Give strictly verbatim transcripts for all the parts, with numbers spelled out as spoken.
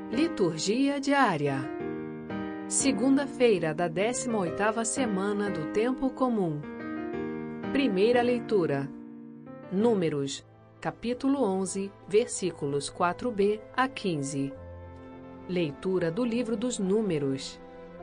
Liturgia diária. Segunda-feira da décima oitava semana do Tempo Comum. Primeira leitura. Números, capítulo onze, versículos quatro b a quinze. Leitura do livro dos Números.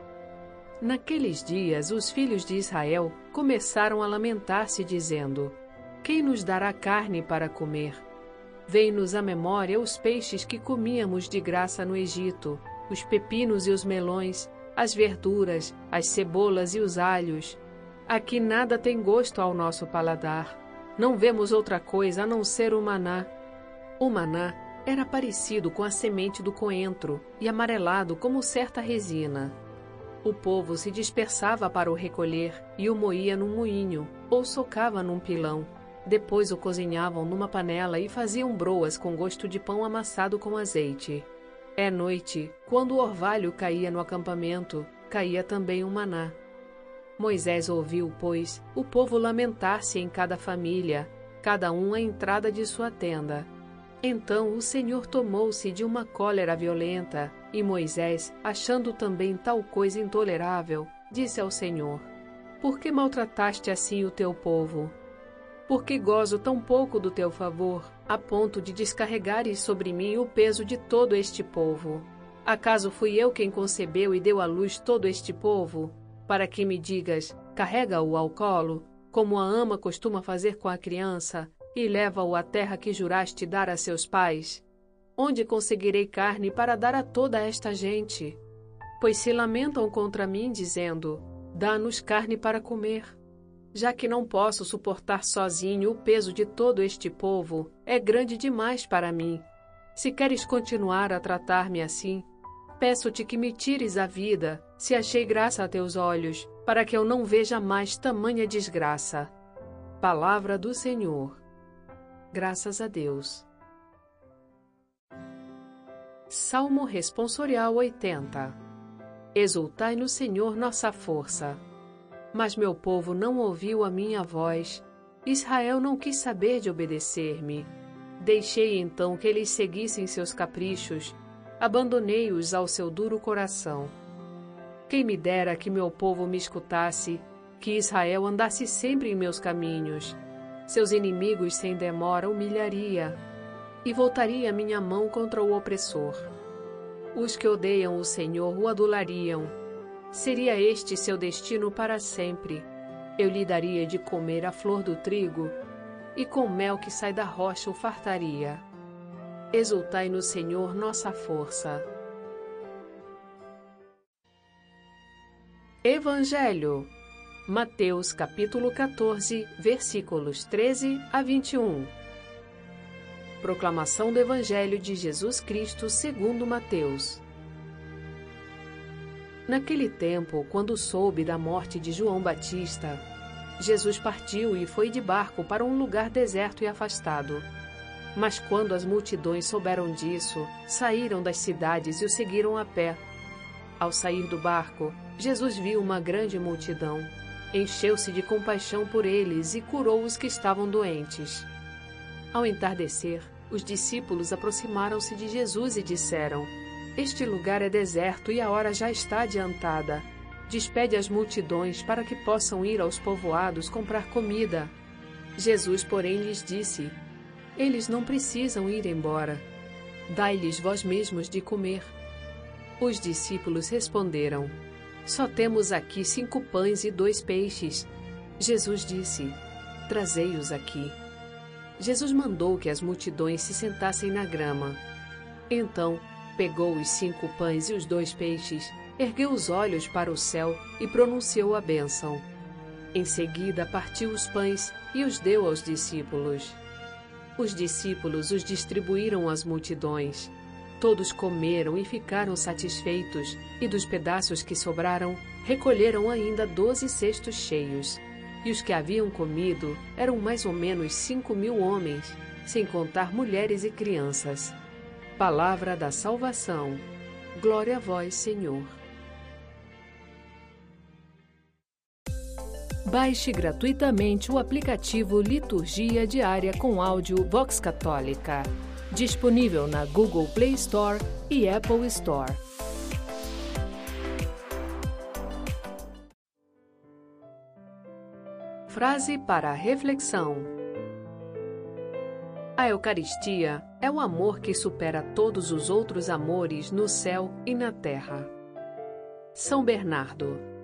Naqueles dias, os filhos de Israel começaram a lamentar-se, dizendo: Quem nos dará carne para comer? Vem-nos à memória os peixes que comíamos de graça no Egito, os pepinos e os melões, as verduras, as cebolas e os alhos. Aqui nada tem gosto ao nosso paladar. Não vemos outra coisa a não ser o maná. O maná era parecido com a semente do coentro e amarelado como certa resina. O povo se dispersava para o recolher e o moía num moinho ou socava num pilão. Depois o cozinhavam numa panela e faziam broas com gosto de pão amassado com azeite. É noite, quando o orvalho caía no acampamento, caía também o maná. Moisés ouviu, pois, o povo lamentar-se em cada família, cada um à entrada de sua tenda. Então o Senhor tomou-se de uma cólera violenta, e Moisés, achando também tal coisa intolerável, disse ao Senhor: Por que maltrataste assim o teu povo? Porque gozo tão pouco do teu favor, a ponto de descarregares sobre mim o peso de todo este povo? Acaso fui eu quem concebeu e deu à luz todo este povo? Para que me digas, carrega-o ao colo, como a ama costuma fazer com a criança, e leva-o à terra que juraste dar a seus pais? Onde conseguirei carne para dar a toda esta gente? Pois se lamentam contra mim, dizendo: Dá-nos carne para comer. Já que não posso suportar sozinho o peso de todo este povo, é grande demais para mim. Se queres continuar a tratar-me assim, peço-te que me tires a vida, se achei graça a teus olhos, para que eu não veja mais tamanha desgraça. Palavra do Senhor. Graças a Deus. Salmo Responsorial oitenta. Exultai no Senhor nossa força. Mas meu povo não ouviu a minha voz. Israel não quis saber de obedecer-me. Deixei então que eles seguissem seus caprichos. Abandonei-os ao seu duro coração. Quem me dera que meu povo me escutasse, que Israel andasse sempre em meus caminhos. Seus inimigos sem demora humilharia, e voltaria minha mão contra o opressor. Os que odeiam o Senhor o adulariam. Seria este seu destino para sempre. Eu lhe daria de comer a flor do trigo, e com mel que sai da rocha o fartaria. Exultai no Senhor nossa força. Evangelho. Mateus capítulo quatorze, versículos treze a vinte e um. Proclamação do Evangelho de Jesus Cristo segundo Mateus. Naquele tempo, quando soube da morte de João Batista, Jesus partiu e foi de barco para um lugar deserto e afastado. Mas quando as multidões souberam disso, saíram das cidades e o seguiram a pé. Ao sair do barco, Jesus viu uma grande multidão. Encheu-se de compaixão por eles e curou os que estavam doentes. Ao entardecer, os discípulos aproximaram-se de Jesus e disseram: Este lugar é deserto e a hora já está adiantada. Despede as multidões para que possam ir aos povoados comprar comida. Jesus, porém, lhes disse: Eles não precisam ir embora. Dai-lhes vós mesmos de comer. Os discípulos responderam: Só temos aqui cinco pães e dois peixes. Jesus disse: Trazei-os aqui. Jesus mandou que as multidões se sentassem na grama. Então, pegou os cinco pães e os dois peixes, ergueu os olhos para o céu e pronunciou a bênção. Em seguida, partiu os pães e os deu aos discípulos. Os discípulos os distribuíram às multidões. Todos comeram e ficaram satisfeitos, e dos pedaços que sobraram, recolheram ainda doze cestos cheios. E os que haviam comido eram mais ou menos cinco mil homens, sem contar mulheres e crianças. Palavra da salvação. Glória a vós, Senhor. Baixe gratuitamente o aplicativo Liturgia Diária com áudio Vox Católica. Disponível na Google Play Store e Apple Store. Frase para a reflexão: a Eucaristia é o amor que supera todos os outros amores no céu e na terra. São Bernardo.